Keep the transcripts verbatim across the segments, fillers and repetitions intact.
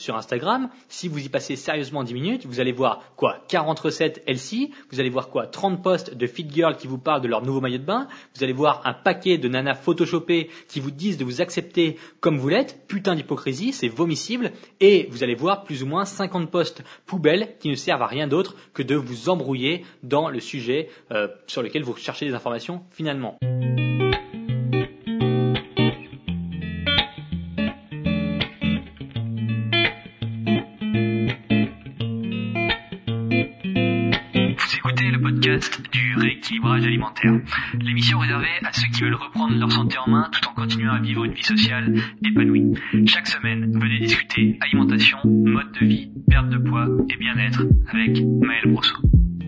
sur Instagram, si vous y passez sérieusement dix minutes, vous allez voir quoi quarante recettes healthy, vous allez voir quoi trente posts de fit girl qui vous parlent de leur nouveau maillot de bain, vous allez voir un paquet de nanas photoshopées qui vous disent de vous accepter comme vous l'êtes, putain d'hypocrisie, c'est vomissible, et vous allez voir plus ou moins cinquante posts poubelles qui ne servent à rien d'autre que de vous embrouiller dans le sujet euh, sur lequel vous cherchez des informations finalement. Du rééquilibrage alimentaire. L'émission réservée à ceux qui veulent reprendre leur santé en main tout en continuant à vivre une vie sociale épanouie. Chaque semaine, venez discuter alimentation, mode de vie, perte de poids et bien-être avec Maël Brosseau.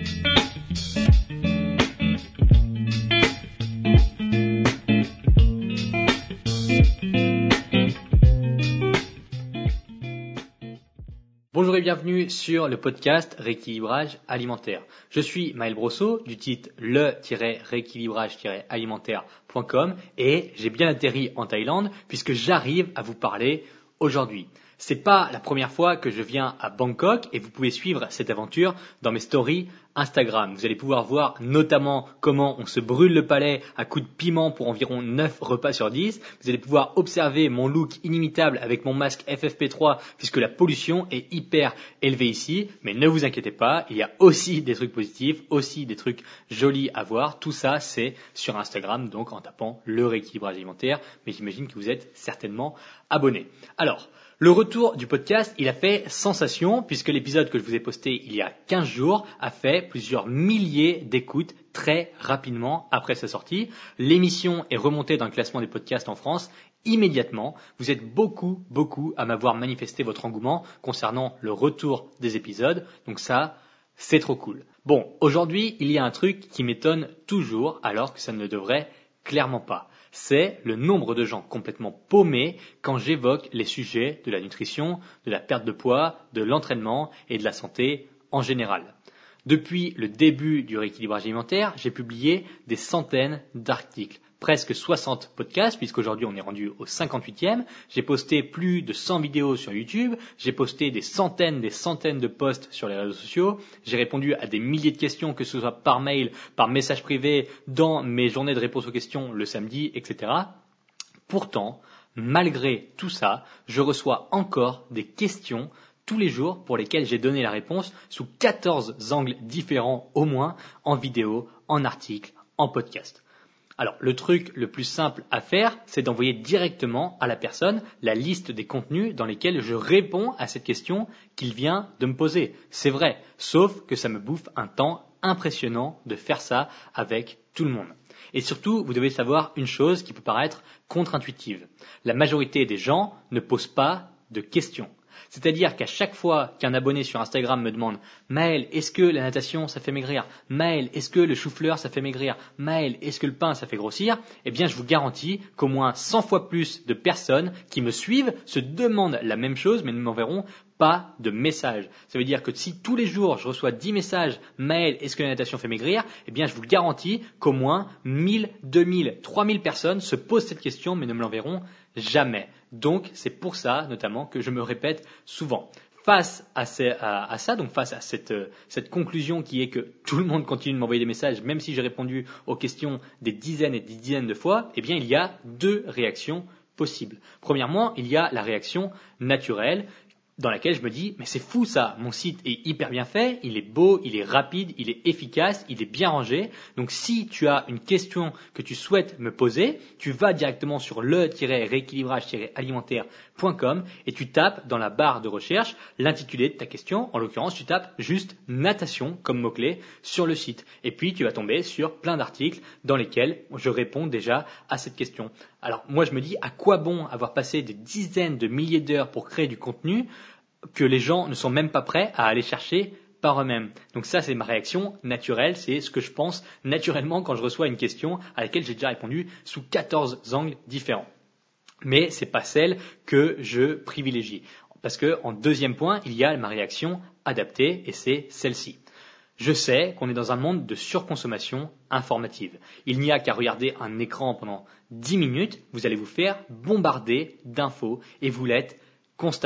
Bonjour et bienvenue sur le podcast Rééquilibrage alimentaire. Je suis Maël Brosseau du site le rééquilibrage alimentaire point com et j'ai bien atterri en Thaïlande puisque j'arrive à vous parler aujourd'hui. C'est pas la première fois que je viens à Bangkok et vous pouvez suivre cette aventure dans mes stories Instagram. Vous allez pouvoir voir notamment comment on se brûle le palais à coups de piment pour environ neuf repas sur dix. Vous allez pouvoir observer mon look inimitable avec mon masque F F P trois puisque la pollution est hyper élevée ici. Mais ne vous inquiétez pas, il y a aussi des trucs positifs, aussi des trucs jolis à voir. Tout ça, c'est sur Instagram, donc en tapant le rééquilibrage alimentaire. Mais j'imagine que vous êtes certainement abonné. Alors, le retour du podcast, il a fait sensation puisque l'épisode que je vous ai posté il y a quinze jours a fait plusieurs milliers d'écoutes très rapidement après sa sortie. L'émission est remontée dans le classement des podcasts en France immédiatement. Vous êtes beaucoup, beaucoup à m'avoir manifesté votre engouement concernant le retour des épisodes. Donc ça, c'est trop cool. Bon, aujourd'hui, il y a un truc qui m'étonne toujours alors que ça ne le devrait clairement pas. C'est le nombre de gens complètement paumés quand j'évoque les sujets de la nutrition, de la perte de poids, de l'entraînement et de la santé en général. Depuis le début du rééquilibrage alimentaire, j'ai publié des centaines d'articles, presque soixante podcasts, puisqu'aujourd'hui on est rendu au cinquante-huitième. J'ai posté plus de cent vidéos sur YouTube, j'ai posté des centaines, des centaines de posts sur les réseaux sociaux, j'ai répondu à des milliers de questions, que ce soit par mail, par message privé, dans mes journées de réponse aux questions le samedi, et cetera. Pourtant, malgré tout ça, je reçois encore des questions tous les jours pour lesquelles j'ai donné la réponse sous quatorze angles différents au moins, en vidéo, en article, en podcast. Alors, le truc le plus simple à faire, c'est d'envoyer directement à la personne la liste des contenus dans lesquels je réponds à cette question qu'il vient de me poser. C'est vrai, sauf que ça me bouffe un temps impressionnant de faire ça avec tout le monde. Et surtout, vous devez savoir une chose qui peut paraître contre-intuitive. La majorité des gens ne posent pas de questions. C'est-à-dire qu'à chaque fois qu'un abonné sur Instagram me demande « Maël, est-ce que la natation, ça fait maigrir ? Maël, est-ce que le chou-fleur, ça fait maigrir ? Maël, est-ce que le pain, ça fait grossir ?» Eh bien, je vous garantis qu'au moins cent fois plus de personnes qui me suivent se demandent la même chose, mais ne m'enverront pas de message. Ça veut dire que si tous les jours je reçois dix messages « Maël, est-ce que la natation fait maigrir ?» Eh bien, je vous garantis qu'au moins mille, deux mille, trois mille personnes se posent cette question, mais ne me l'enverront jamais. Donc, c'est pour ça, notamment, que je me répète souvent. Face à, ces, à, à ça, donc face à cette, cette conclusion qui est que tout le monde continue de m'envoyer des messages, même si j'ai répondu aux questions des dizaines et des dizaines de fois, eh bien, il y a deux réactions possibles. Premièrement, il y a la réaction naturelle, dans laquelle je me dis, mais c'est fou ça, mon site est hyper bien fait, il est beau, il est rapide, il est efficace, il est bien rangé. Donc si tu as une question que tu souhaites me poser, tu vas directement sur le rééquilibrage alimentaire point com et tu tapes dans la barre de recherche l'intitulé de ta question. En l'occurrence, tu tapes juste natation comme mot-clé sur le site. Et puis tu vas tomber sur plein d'articles dans lesquels je réponds déjà à cette question. Alors moi je me dis, à quoi bon avoir passé des dizaines de milliers d'heures pour créer du contenu que les gens ne sont même pas prêts à aller chercher par eux-mêmes. Donc ça, c'est ma réaction naturelle, c'est ce que je pense naturellement quand je reçois une question à laquelle j'ai déjà répondu sous quatorze angles différents. Mais c'est pas celle que je privilégie. Parce que en deuxième point, il y a ma réaction adaptée et c'est celle-ci. Je sais qu'on est dans un monde de surconsommation informative. Il n'y a qu'à regarder un écran pendant dix minutes, vous allez vous faire bombarder d'infos et vous l'êtes constamment.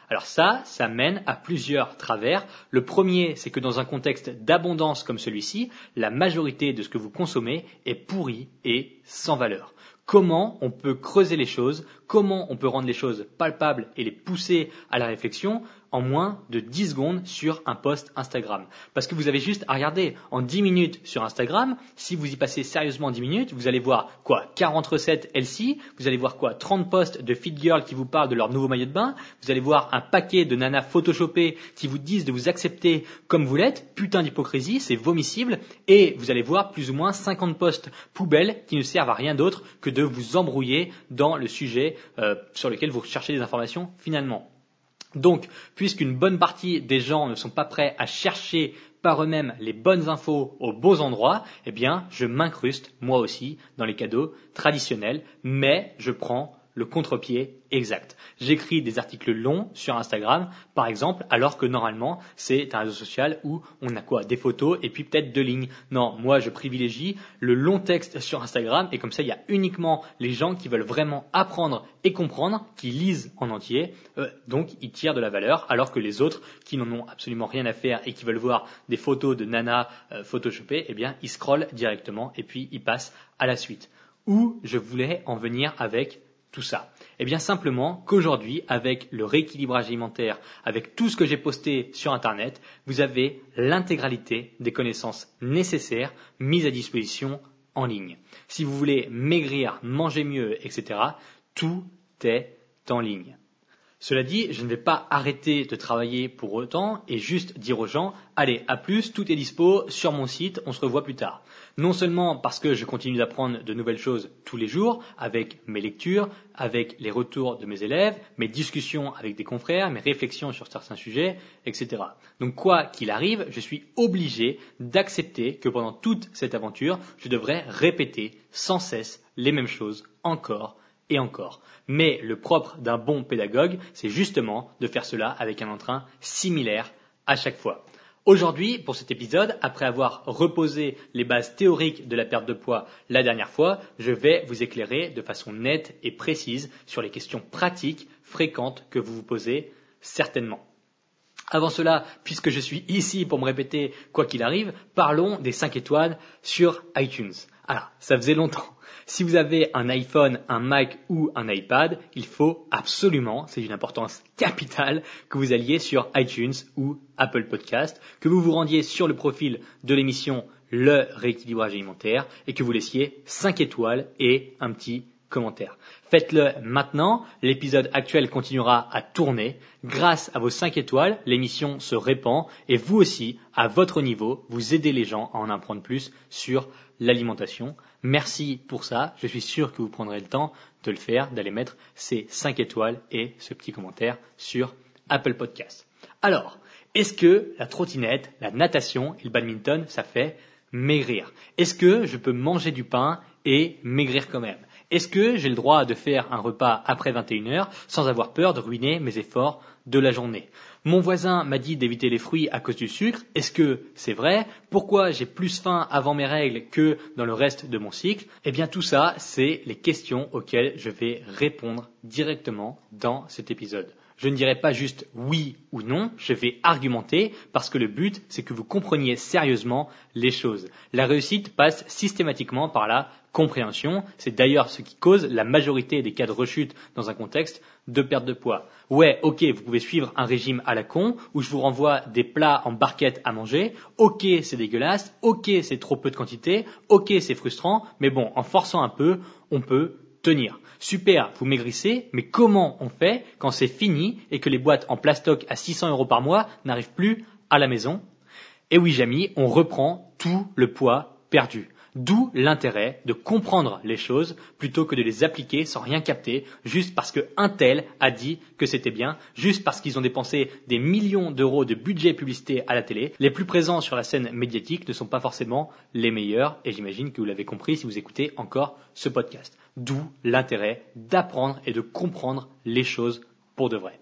Alors ça, ça mène à plusieurs travers. Le premier, c'est que dans un contexte d'abondance comme celui-ci, la majorité de ce que vous consommez est pourri et sans valeur. Comment on peut creuser les choses, comment on peut rendre les choses palpables et les pousser à la réflexion en moins de dix secondes sur un post Instagram. Parce que vous avez juste à regarder en dix minutes sur Instagram, si vous y passez sérieusement dix minutes, vous allez voir quoi, quarante recettes healthy, vous allez voir quoi, trente posts de fit girl qui vous parlent de leur nouveau maillot de bain, vous allez voir un paquet de nanas photoshopées qui vous disent de vous accepter comme vous l'êtes, putain d'hypocrisie, c'est vomissible, et vous allez voir plus ou moins cinquante posts poubelles qui ne servent à rien d'autre que de vous embrouiller dans le sujet euh, sur lequel vous cherchez des informations finalement. Donc, puisqu'une bonne partie des gens ne sont pas prêts à chercher par eux-mêmes les bonnes infos aux beaux endroits, eh bien, je m'incruste, moi aussi, dans les cadeaux traditionnels, mais je prends le contre-pied exact. J'écris des articles longs sur Instagram, par exemple, alors que normalement, c'est un réseau social où on a quoi, des photos et puis peut-être deux lignes. Non, moi, je privilégie le long texte sur Instagram et comme ça, il y a uniquement les gens qui veulent vraiment apprendre et comprendre, qui lisent en entier, euh, donc ils tirent de la valeur, alors que les autres qui n'en ont absolument rien à faire et qui veulent voir des photos de nanas euh, photoshopées, eh bien, ils scrollent directement et puis ils passent à la suite. Où je voulais en venir avec tout ça? Eh bien simplement qu'aujourd'hui, avec le rééquilibrage alimentaire, avec tout ce que j'ai posté sur Internet, vous avez l'intégralité des connaissances nécessaires mises à disposition en ligne. Si vous voulez maigrir, manger mieux, et cetera, tout est en ligne. Cela dit, je ne vais pas arrêter de travailler pour autant et juste dire aux gens « Allez, à plus, tout est dispo sur mon site, on se revoit plus tard ». Non seulement parce que je continue d'apprendre de nouvelles choses tous les jours, avec mes lectures, avec les retours de mes élèves, mes discussions avec des confrères, mes réflexions sur certains sujets, et cetera. Donc quoi qu'il arrive, je suis obligé d'accepter que pendant toute cette aventure, je devrais répéter sans cesse les mêmes choses encore et encore. Mais le propre d'un bon pédagogue, c'est justement de faire cela avec un entrain similaire à chaque fois. Aujourd'hui, pour cet épisode, après avoir reposé les bases théoriques de la perte de poids la dernière fois, je vais vous éclairer de façon nette et précise sur les questions pratiques fréquentes que vous vous posez certainement. Avant cela, puisque je suis ici pour me répéter quoi qu'il arrive, parlons des cinq étoiles sur iTunes. Alors, ça faisait longtemps. Si vous avez un iPhone, un Mac ou un iPad, il faut absolument, c'est d'une importance capitale, que vous alliez sur iTunes ou Apple Podcast, que vous vous rendiez sur le profil de l'émission Le Rééquilibrage Alimentaire et que vous laissiez cinq étoiles et un petit commentaire. Faites-le maintenant, l'épisode actuel continuera à tourner. Grâce à vos cinq étoiles, l'émission se répand et vous aussi, à votre niveau, vous aidez les gens à en apprendre plus sur l'alimentation. Merci pour ça, je suis sûr que vous prendrez le temps de le faire, d'aller mettre ces cinq étoiles et ce petit commentaire sur Apple Podcast. Alors, est-ce que la trottinette, la natation et le badminton, ça fait maigrir? Est-ce que je peux manger du pain et maigrir quand même? Est-ce que j'ai le droit de faire un repas après vingt et une heures sans avoir peur de ruiner mes efforts de la journée? Mon voisin m'a dit d'éviter les fruits à cause du sucre. Est-ce que c'est vrai? Pourquoi j'ai plus faim avant mes règles que dans le reste de mon cycle? Eh bien tout ça, c'est les questions auxquelles je vais répondre directement dans cet épisode. Je ne dirai pas juste oui ou non, je vais argumenter parce que le but, c'est que vous compreniez sérieusement les choses. La réussite passe systématiquement par la compréhension. C'est d'ailleurs ce qui cause la majorité des cas de rechute dans un contexte de perte de poids. Ouais, ok, vous pouvez suivre un régime à la con où je vous renvoie des plats en barquette à manger. Ok, c'est dégueulasse. Ok, c'est trop peu de quantité. Ok, c'est frustrant. Mais bon, en forçant un peu, on peut tenir. Super, vous maigrissez, mais comment on fait quand c'est fini et que les boîtes en plastoc à six cents euros par mois n'arrivent plus à la maison? Et oui, Jamy, on reprend tout le poids perdu. D'où l'intérêt de comprendre les choses plutôt que de les appliquer sans rien capter, juste parce qu'un tel a dit que c'était bien, juste parce qu'ils ont dépensé des millions d'euros de budget publicité à la télé. Les plus présents sur la scène médiatique ne sont pas forcément les meilleurs, et j'imagine que vous l'avez compris si vous écoutez encore ce podcast. D'où l'intérêt d'apprendre et de comprendre les choses pour de vrai.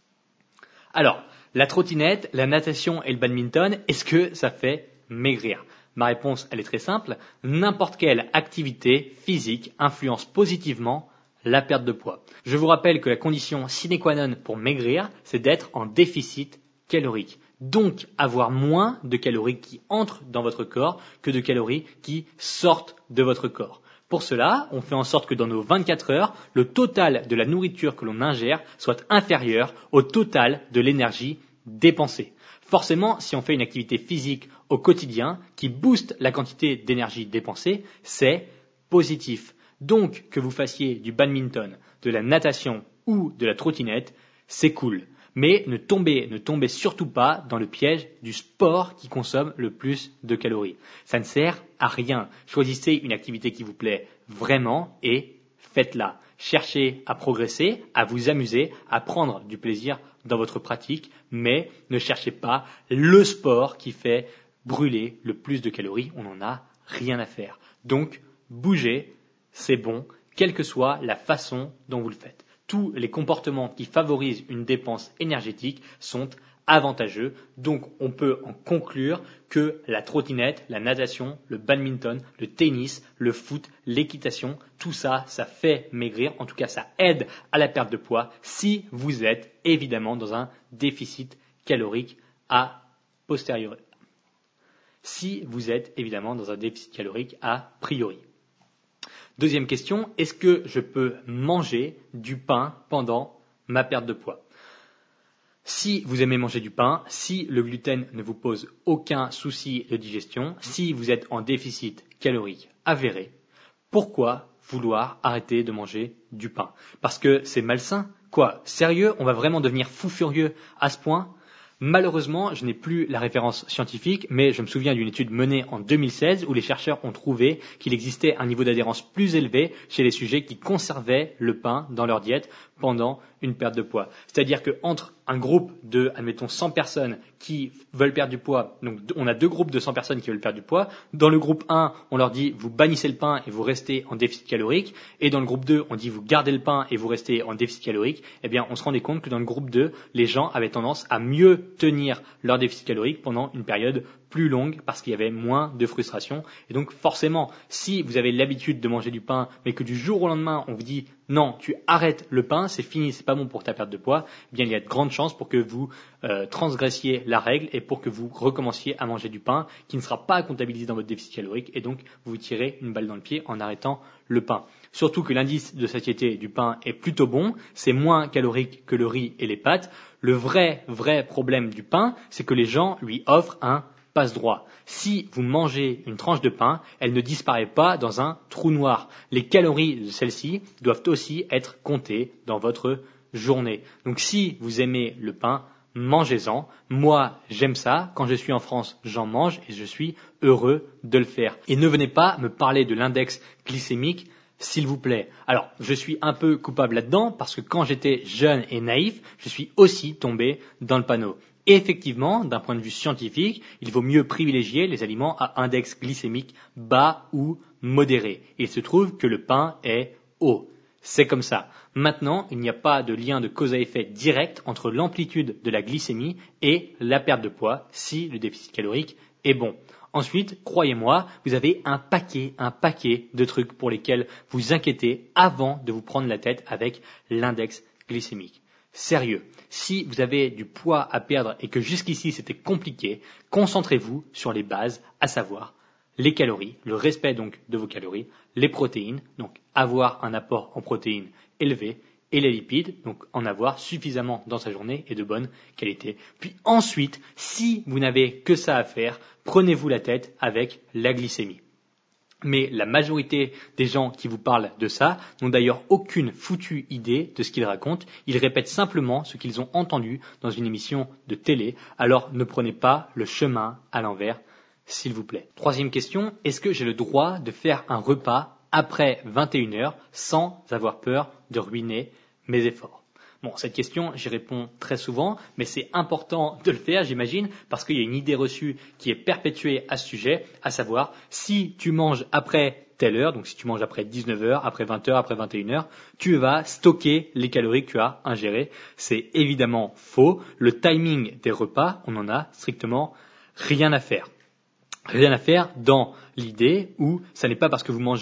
Alors, la trottinette, la natation et le badminton, est-ce que ça fait maigrir? Ma réponse, elle est très simple. N'importe quelle activité physique influence positivement la perte de poids. Je vous rappelle que la condition sine qua non pour maigrir, c'est d'être en déficit calorique. Donc, avoir moins de calories qui entrent dans votre corps que de calories qui sortent de votre corps. Pour cela, on fait en sorte que dans nos vingt-quatre heures, le total de la nourriture que l'on ingère soit inférieur au total de l'énergie dépensée. Forcément, si on fait une activité physique au quotidien qui booste la quantité d'énergie dépensée, c'est positif. Donc, que vous fassiez du badminton, de la natation ou de la trottinette, c'est cool. Mais ne tombez, ne tombez surtout pas dans le piège du sport qui consomme le plus de calories. Ça ne sert à rien. Choisissez une activité qui vous plaît vraiment et faites-la. Cherchez à progresser, à vous amuser, à prendre du plaisir dans votre pratique, mais ne cherchez pas le sport qui fait brûler le plus de calories. On n'en a rien à faire. Donc, bougez, c'est bon, quelle que soit la façon dont vous le faites. Tous les comportements qui favorisent une dépense énergétique sont avantageux. Donc, on peut en conclure que la trottinette, la natation, le badminton, le tennis, le foot, l'équitation, tout ça, ça fait maigrir. En tout cas, ça aide à la perte de poids si vous êtes évidemment dans un déficit calorique a posteriori. Si vous êtes évidemment dans un déficit calorique a priori. Deuxième question, est-ce que je peux manger du pain pendant ma perte de poids ? Si vous aimez manger du pain, si le gluten ne vous pose aucun souci de digestion, si vous êtes en déficit calorique avéré, pourquoi vouloir arrêter de manger du pain ? Parce que c'est malsain ? Quoi ? Sérieux ? On va vraiment devenir fou furieux à ce point ? Malheureusement, je n'ai plus la référence scientifique, mais je me souviens d'une étude menée en deux mille seize où les chercheurs ont trouvé qu'il existait un niveau d'adhérence plus élevé chez les sujets qui conservaient le pain dans leur diète pendant une perte de poids. C'est-à-dire qu'entre un groupe de, admettons, cent personnes qui veulent perdre du poids, donc on a deux groupes de cent personnes qui veulent perdre du poids. Dans le groupe un, on leur dit vous bannissez le pain et vous restez en déficit calorique. Et dans le groupe deux, on dit vous gardez le pain et vous restez en déficit calorique. Eh bien, on se rendait compte que dans le groupe deux, les gens avaient tendance à mieux tenir leur déficit calorique pendant une période plus longue parce qu'il y avait moins de frustration. Et donc forcément, si vous avez l'habitude de manger du pain, mais que du jour au lendemain, on vous dit non, tu arrêtes le pain, c'est fini, c'est pas bon pour ta perte de poids, eh bien il y a de grandes chances pour que vous euh, transgressiez la règle et pour que vous recommenciez à manger du pain qui ne sera pas comptabilisé dans votre déficit calorique et donc vous vous tirez une balle dans le pied en arrêtant le pain. Surtout que l'indice de satiété du pain est plutôt bon, c'est moins calorique que le riz et les pâtes. Le vrai, vrai problème du pain, c'est que les gens lui offrent un passe-droit. Si vous mangez une tranche de pain, elle ne disparaît pas dans un trou noir. Les calories de celle-ci doivent aussi être comptées dans votre journée. Donc si vous aimez le pain, mangez-en. Moi, j'aime ça. Quand je suis en France, j'en mange et je suis heureux de le faire. Et ne venez pas me parler de l'index glycémique, s'il vous plaît. Alors, je suis un peu coupable là-dedans parce que quand j'étais jeune et naïf, je suis aussi tombé dans le panneau. Et effectivement, d'un point de vue scientifique, il vaut mieux privilégier les aliments à index glycémique bas ou modéré. Il se trouve que le pain est haut. C'est comme ça. Maintenant, il n'y a pas de lien de cause à effet direct entre l'amplitude de la glycémie et la perte de poids si le déficit calorique est bon. Ensuite, croyez-moi, vous avez un paquet, un paquet de trucs pour lesquels vous inquiétez avant de vous prendre la tête avec l'index glycémique. Sérieux, si vous avez du poids à perdre et que jusqu'ici c'était compliqué, concentrez-vous sur les bases, à savoir les calories, le respect donc de vos calories, les protéines, donc avoir un apport en protéines élevé, et les lipides, donc en avoir suffisamment dans sa journée et de bonne qualité. Puis ensuite, si vous n'avez que ça à faire, prenez-vous la tête avec la glycémie. Mais la majorité des gens qui vous parlent de ça n'ont d'ailleurs aucune foutue idée de ce qu'ils racontent. Ils répètent simplement ce qu'ils ont entendu dans une émission de télé. Alors ne prenez pas le chemin à l'envers, s'il vous plaît. Troisième question, est-ce que j'ai le droit de faire un repas après vingt et une heures sans avoir peur de ruiner mes efforts? Bon, cette question, j'y réponds très souvent, mais c'est important de le faire, j'imagine, parce qu'il y a une idée reçue qui est perpétuée à ce sujet, à savoir, si tu manges après telle heure, donc si tu manges après dix-neuf heures, après vingt heures, après vingt et une heures, tu vas stocker les calories que tu as ingérées. C'est évidemment faux. Le timing des repas, on n'en a strictement rien à faire. Rien à faire dans l'idée où ça n'est pas parce que vous mangez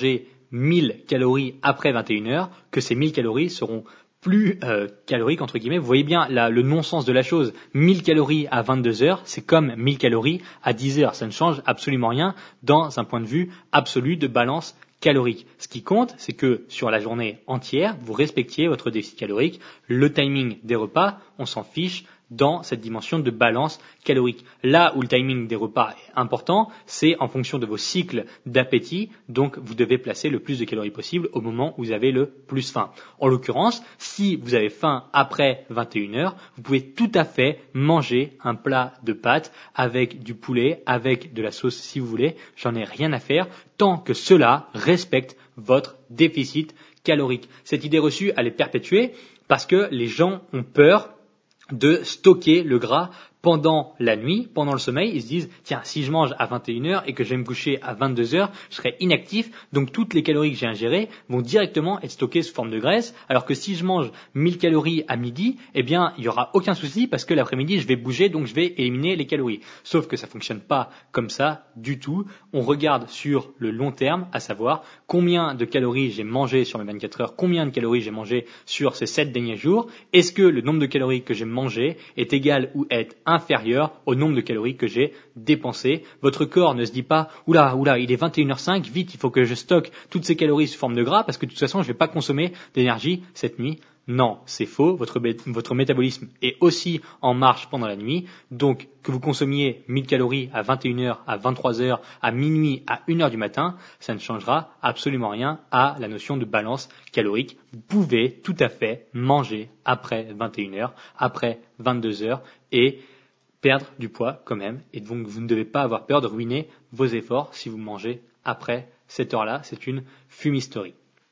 mille calories après vingt et une heures que ces mille calories seront plus euh, caloriques entre guillemets. Vous voyez bien la, le non-sens de la chose. mille calories à vingt-deux heures, c'est comme mille calories à dix heures. Ça ne change absolument rien dans un point de vue absolu de balance calorique. Ce qui compte, c'est que sur la journée entière, vous respectiez votre déficit calorique. Le timing des repas, on s'en fiche dans cette dimension de balance calorique. Là où le timing des repas est important, c'est en fonction de vos cycles d'appétit. Donc, vous devez placer le plus de calories possible au moment où vous avez le plus faim. En l'occurrence, si vous avez faim après vingt et une heures, vous pouvez tout à fait manger un plat de pâtes avec du poulet, avec de la sauce si vous voulez. J'en ai rien à faire tant que cela respecte votre déficit calorique. Cette idée reçue, elle est perpétuée parce que les gens ont peur de stocker le gras pendant la nuit, pendant le sommeil. Ils se disent, tiens, si je mange à vingt et une heures et que je vais me coucher à vingt-deux heures, je serai inactif, donc toutes les calories que j'ai ingérées vont directement être stockées sous forme de graisse, alors que si je mange mille calories à midi, eh bien, il n'y aura aucun souci parce que l'après-midi, je vais bouger, donc je vais éliminer les calories. Sauf que ça fonctionne pas comme ça du tout. On regarde sur le long terme, à savoir combien de calories j'ai mangé sur mes vingt-quatre heures, combien de calories j'ai mangé sur ces sept derniers jours. Est-ce que le nombre de calories que j'ai mangé est égal ou est inférieur au nombre de calories que j'ai dépensées. Votre corps ne se dit pas « Oula, oula, il est vingt et une heures cinq, vite, il faut que je stocke toutes ces calories sous forme de gras parce que de toute façon, je ne vais pas consommer d'énergie cette nuit. » Non, c'est faux. Votre, votre métabolisme est aussi en marche pendant la nuit. Donc, que vous consommiez mille calories à vingt et une heures, à vingt-trois heures, à minuit, à une heure du matin, ça ne changera absolument rien à la notion de balance calorique. Vous pouvez tout à fait manger après vingt et une heures, après vingt-deux heures et perdre du poids quand même. Et donc, vous ne devez pas avoir peur de ruiner vos efforts si vous mangez après cette heure-là. C'est une fumisterie.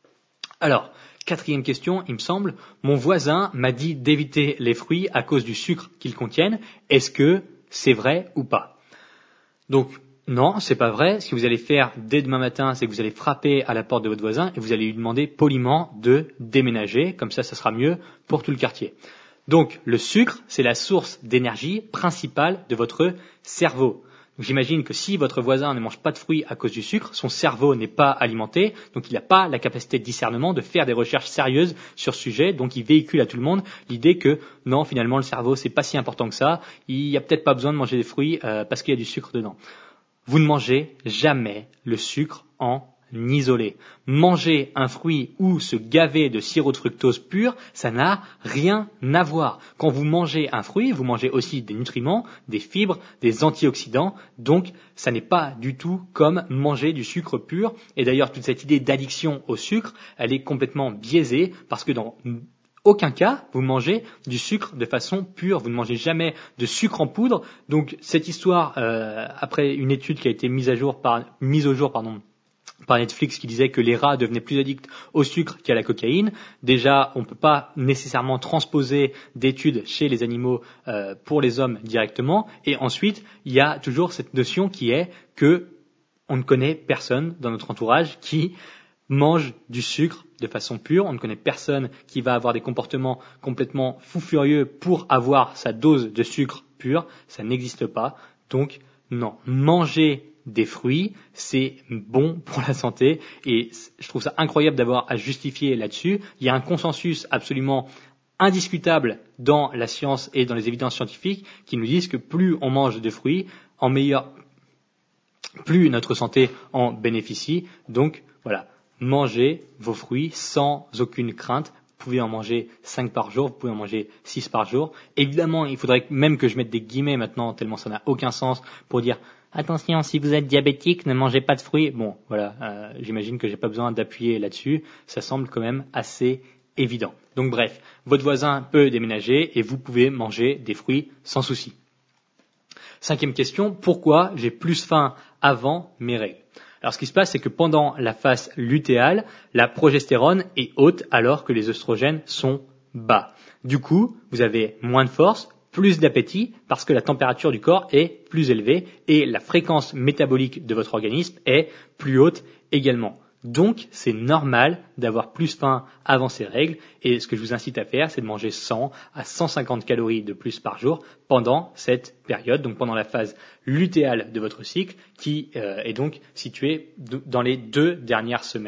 Alors, quatrième question, il me semble, mon voisin m'a dit d'éviter les fruits à cause du sucre qu'ils contiennent. Est-ce que c'est vrai ou pas? Donc, non, c'est pas vrai. Ce que vous allez faire dès demain matin, c'est que vous allez frapper à la porte de votre voisin et vous allez lui demander poliment de déménager. Comme ça, ça sera mieux pour tout le quartier. Donc, le sucre, c'est la source d'énergie principale de votre cerveau. Donc, j'imagine que si votre voisin ne mange pas de fruits à cause du sucre, son cerveau n'est pas alimenté, donc il n'a pas la capacité de discernement de faire des recherches sérieuses sur ce sujet, donc il véhicule à tout le monde l'idée que non, finalement, le cerveau, c'est pas si important que ça, il n'y a peut-être pas besoin de manger des fruits euh, parce qu'il y a du sucre dedans. Vous ne mangez jamais le sucre en isolé. Manger un fruit ou se gaver de sirop de fructose pur, ça n'a rien à voir. Quand vous mangez un fruit, vous mangez aussi des nutriments, des fibres, des antioxydants, donc ça n'est pas du tout comme manger du sucre pur. Et d'ailleurs, toute cette idée d'addiction au sucre, elle est complètement biaisée parce que dans aucun cas, vous mangez du sucre de façon pure. Vous ne mangez jamais de sucre en poudre. Donc cette histoire, euh, après une étude qui a été mise à jour par, mise au jour, pardon, par Netflix qui disait que les rats devenaient plus addicts au sucre qu'à la cocaïne. Déjà, on ne peut pas nécessairement transposer d'études chez les animaux euh, pour les hommes directement. Et ensuite, il y a toujours cette notion qui est que on ne connaît personne dans notre entourage qui mange du sucre de façon pure. On ne connaît personne qui va avoir des comportements complètement fous furieux pour avoir sa dose de sucre pur. Ça n'existe pas. Donc, non. Manger des fruits, c'est bon pour la santé et je trouve ça incroyable d'avoir à justifier là-dessus. Il y a un consensus absolument indiscutable dans la science et dans les évidences scientifiques qui nous disent que plus on mange de fruits, en meilleur, plus notre santé en bénéficie. Donc voilà, mangez vos fruits sans aucune crainte. Vous pouvez en manger cinq par jour, vous pouvez en manger six par jour. Évidemment, il faudrait même que je mette des guillemets maintenant, tellement ça n'a aucun sens, pour dire attention, si vous êtes diabétique, ne mangez pas de fruits. Bon, voilà, euh, j'imagine que j'ai pas besoin d'appuyer là-dessus. Ça semble quand même assez évident. Donc bref, votre voisin peut déménager et vous pouvez manger des fruits sans souci. Cinquième question, pourquoi j'ai plus faim avant mes règles? Alors ce qui se passe, c'est que pendant la phase lutéale, la progestérone est haute alors que les œstrogènes sont bas. Du coup, vous avez moins de force, plus d'appétit parce que la température du corps est plus élevée et la fréquence métabolique de votre organisme est plus haute également. Donc, c'est normal d'avoir plus faim avant ces règles et ce que je vous incite à faire, c'est de manger cent à cent cinquante calories de plus par jour pendant cette période, donc pendant la phase lutéale de votre cycle qui euh, est donc située dans les deux dernières semaines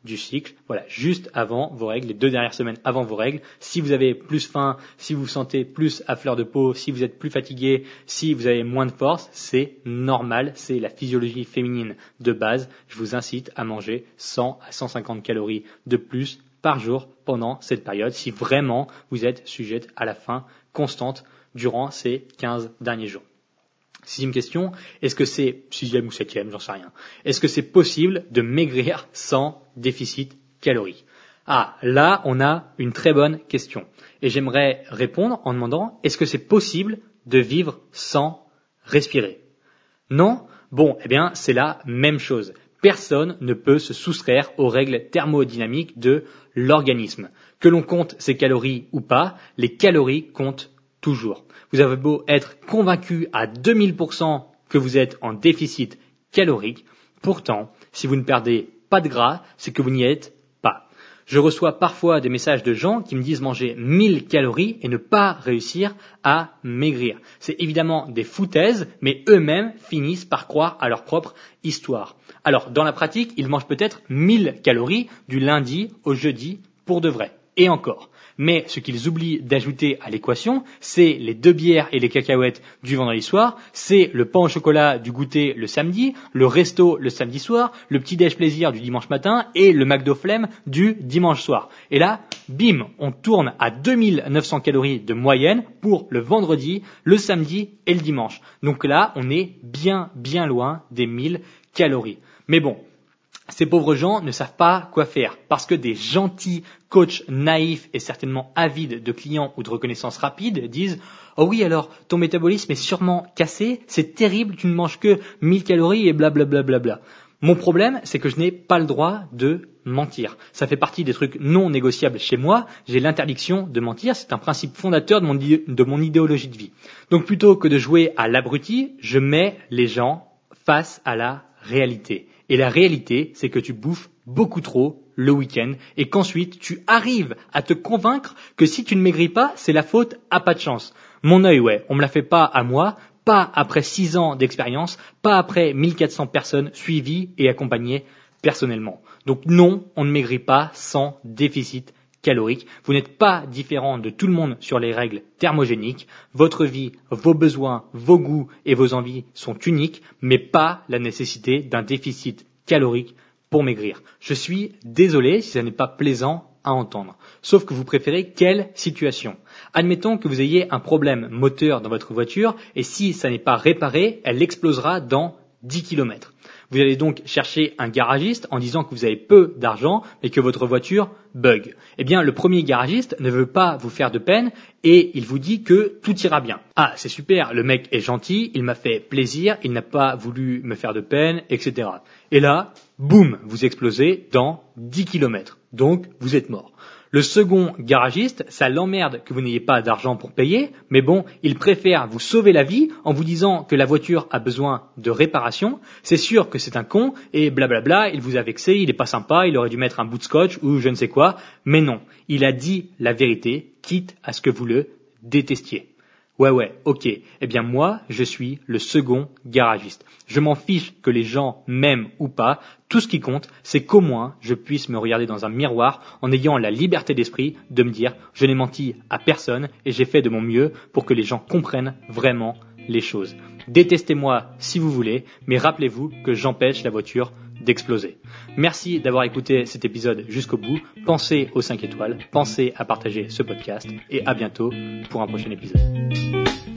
du cycle, voilà, juste avant vos règles, les deux dernières semaines avant vos règles. Si vous avez plus faim, si vous vous sentez plus à fleur de peau, si vous êtes plus fatigué, si vous avez moins de force, c'est normal, c'est la physiologie féminine de base. Je vous incite à manger cent à cent cinquante calories de plus par jour pendant cette période, si vraiment vous êtes sujette à la faim constante durant ces quinze derniers jours. Sixième question, est-ce que c'est, sixième ou septième, j'en sais rien, est-ce que c'est possible de maigrir sans déficit calorique? Ah, là, on a une très bonne question. Et j'aimerais répondre en demandant, est-ce que c'est possible de vivre sans respirer? Non? Bon, eh bien, c'est la même chose. Personne ne peut se soustraire aux règles thermodynamiques de l'organisme. Que l'on compte ses calories ou pas, les calories comptent toujours. Vous avez beau être convaincu à deux mille pour cent que vous êtes en déficit calorique, pourtant, si vous ne perdez pas de gras, c'est que vous n'y êtes pas. Je reçois parfois des messages de gens qui me disent manger mille calories et ne pas réussir à maigrir. C'est évidemment des foutaises, mais eux-mêmes finissent par croire à leur propre histoire. Alors, dans la pratique, ils mangent peut-être mille calories du lundi au jeudi pour de vrai. Et encore. Mais ce qu'ils oublient d'ajouter à l'équation, c'est les deux bières et les cacahuètes du vendredi soir, c'est le pain au chocolat du goûter le samedi, le resto le samedi soir, le petit déj plaisir du dimanche matin et le McDo flemme du dimanche soir. Et là, bim, on tourne à deux mille neuf cents calories de moyenne pour le vendredi, le samedi et le dimanche. Donc là, on est bien, bien loin des mille calories. Mais bon, ces pauvres gens ne savent pas quoi faire parce que des gentils coachs naïfs et certainement avides de clients ou de reconnaissance rapide disent « Oh oui, alors ton métabolisme est sûrement cassé, c'est terrible, tu ne manges que mille calories et blablabla. Bla bla bla. » Mon problème, c'est que je n'ai pas le droit de mentir. Ça fait partie des trucs non négociables chez moi. J'ai l'interdiction de mentir. C'est un principe fondateur de mon, de mon idéologie de vie. Donc plutôt que de jouer à l'abruti, je mets les gens face à la réalité. Et la réalité, c'est que tu bouffes beaucoup trop le week-end et qu'ensuite tu arrives à te convaincre que si tu ne maigris pas, c'est la faute à pas de chance. Mon œil, ouais, on me la fait pas à moi, pas après six ans d'expérience, pas après mille quatre cents personnes suivies et accompagnées personnellement. Donc non, on ne maigrit pas sans déficit calorique. Vous n'êtes pas différent de tout le monde sur les règles thermogéniques. Votre vie, vos besoins, vos goûts et vos envies sont uniques, mais pas la nécessité d'un déficit calorique pour maigrir. Je suis désolé si ça n'est pas plaisant à entendre. Sauf que vous préférez quelle situation? Admettons que vous ayez un problème moteur dans votre voiture et si ça n'est pas réparé, elle explosera dans dix kilomètres. Vous allez donc chercher un garagiste en disant que vous avez peu d'argent et que votre voiture bug. Eh bien, le premier garagiste ne veut pas vous faire de peine et il vous dit que tout ira bien. Ah, c'est super, le mec est gentil, il m'a fait plaisir, il n'a pas voulu me faire de peine, et cetera. Et là, boum, vous explosez dans dix kilomètres. Donc, vous êtes mort. Le second garagiste, ça l'emmerde que vous n'ayez pas d'argent pour payer, mais bon, il préfère vous sauver la vie en vous disant que la voiture a besoin de réparation. C'est sûr que c'est un con et blablabla, il vous a vexé, il est pas sympa, il aurait dû mettre un bout de scotch ou je ne sais quoi, mais non, il a dit la vérité, quitte à ce que vous le détestiez. Ouais, ouais, ok. Eh bien, moi, je suis le second garagiste. Je m'en fiche que les gens m'aiment ou pas. Tout ce qui compte, c'est qu'au moins, je puisse me regarder dans un miroir en ayant la liberté d'esprit de me dire, je n'ai menti à personne et j'ai fait de mon mieux pour que les gens comprennent vraiment les choses. Détestez-moi si vous voulez, mais rappelez-vous que j'empêche la voiture d'exploser. Merci d'avoir écouté cet épisode jusqu'au bout. Pensez aux cinq étoiles, pensez à partager ce podcast et à bientôt pour un prochain épisode.